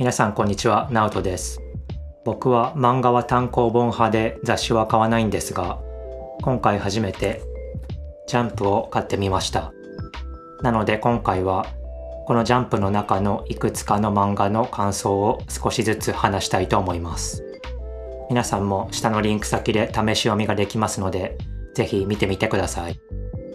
皆さんこんにちは、ナオトです。僕は漫画は単行本派で雑誌は買わないんですが、今回初めてジャンプを買ってみました。なので今回はこのジャンプの中のいくつかの漫画の感想を少しずつ話したいと思います。皆さんも下のリンク先で試し読みができますので、ぜひ見てみてください。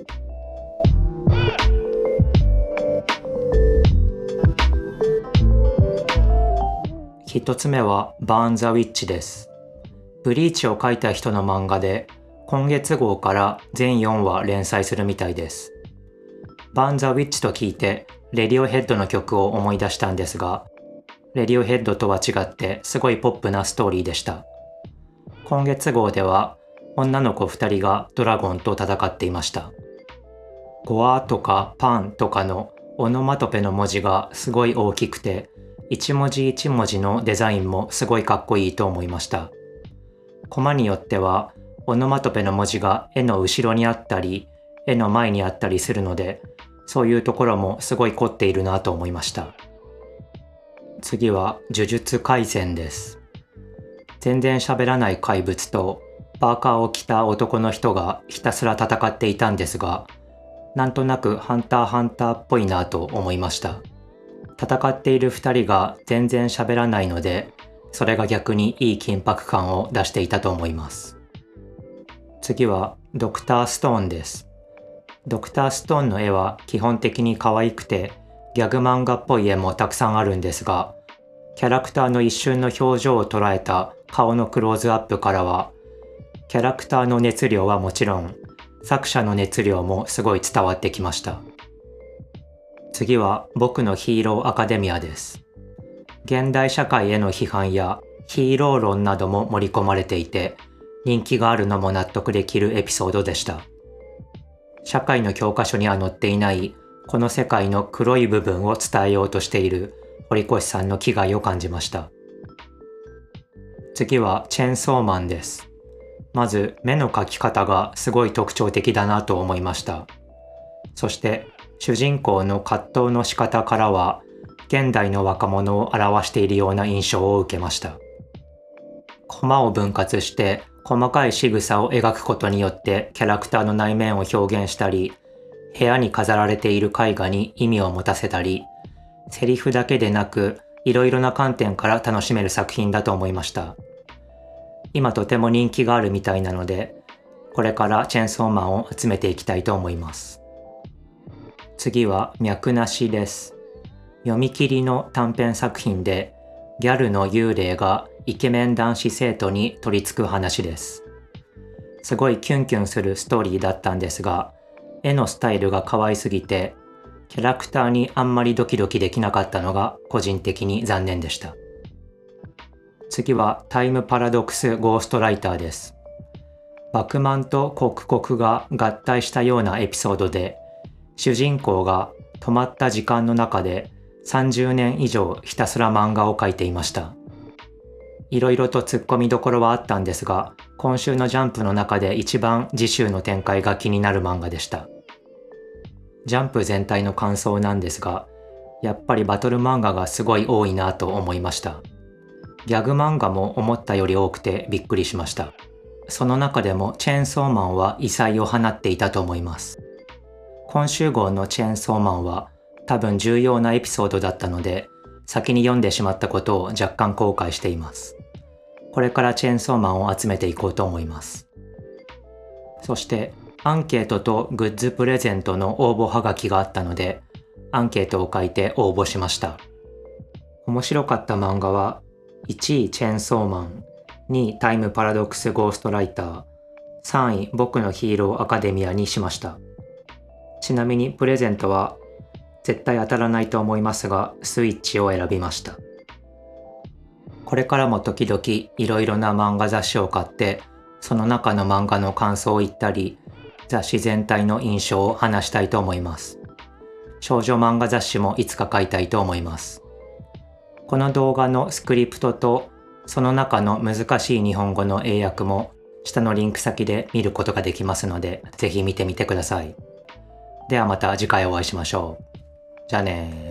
一つ目はバーン・ザ・ウィッチです。ブリーチを描いた人の漫画で、今月号から全4話連載するみたいです。バーン・ザ・ウィッチと聞いて、レディオヘッドの曲を思い出したんですが、レディオヘッドとは違ってすごいポップなストーリーでした。今月号では、女の子2人がドラゴンと戦っていました。ゴアとかパンとかのオノマトペの文字がすごい大きくて、一文字一文字のデザインもすごいかっこいいと思いました。コマによってはオノマトペの文字が絵の後ろにあったり絵の前にあったりするので、そういうところもすごい凝っているなと思いました。次は呪術廻戦です。全然喋らない怪物とパーカーを着た男の人がひたすら戦っていたんですが、なんとなくハンターハンターっぽいなと思いました。戦っている2人が全然喋らないので、それが逆にいい緊迫感を出していたと思います。次はドクターストーンです。ドクターストーンの絵は基本的に可愛くて、ギャグ漫画っぽい絵もたくさんあるんですが、キャラクターの一瞬の表情を捉えた顔のクローズアップからは、キャラクターの熱量はもちろん、作者の熱量もすごい伝わってきました。次は僕のヒーローアカデミアです。現代社会への批判やヒーロー論なども盛り込まれていて、人気があるのも納得できるエピソードでした。社会の教科書には載っていないこの世界の黒い部分を伝えようとしている堀越さんの気概を感じました。次はチェンソーマンです。まず目の描き方がすごい特徴的だなと思いました。そして主人公の葛藤の仕方からは、現代の若者を表しているような印象を受けました。コマを分割して細かい仕草を描くことによってキャラクターの内面を表現したり、部屋に飾られている絵画に意味を持たせたり、セリフだけでなくいろいろな観点から楽しめる作品だと思いました。今とても人気があるみたいなので、これからチェンソーマンを集めていきたいと思います。次は脈なしです。読み切りの短編作品で、ギャルの幽霊がイケメン男子生徒に取り付く話です。すごいキュンキュンするストーリーだったんですが、絵のスタイルが可愛すぎて、キャラクターにあんまりドキドキできなかったのが個人的に残念でした。次はタイムパラドックスゴーストライターです。バクマンと刻々が合体したようなエピソードで、主人公が止まった時間の中で30年以上ひたすら漫画を描いていました。いろいろと突っ込みどころはあったんですが、今週のジャンプの中で一番次週の展開が気になる漫画でした。ジャンプ全体の感想なんですが、やっぱりバトル漫画がすごい多いなと思いました。ギャグ漫画も思ったより多くてびっくりしました。その中でもチェーンソーマンは異彩を放っていたと思います。今週号のチェーンソーマンは多分重要なエピソードだったので、先に読んでしまったことを若干後悔しています。これからチェーンソーマンを集めていこうと思います。そしてアンケートとグッズプレゼントの応募はがきがあったので、アンケートを書いて応募しました。面白かった漫画は1位チェーンソーマン、2位タイムパラドックスゴーストライター、3位僕のヒーローアカデミアにしました。ちなみにプレゼントは絶対当たらないと思いますが、スイッチを選びました。これからも時々いろいろな漫画雑誌を買って、その中の漫画の感想を言ったり、雑誌全体の印象を話したいと思います。少女漫画雑誌もいつか買いたいと思います。この動画のスクリプトとその中の難しい日本語の英訳も下のリンク先で見ることができますので、ぜひ見てみてください。ではまた次回お会いしましょう。じゃあねー。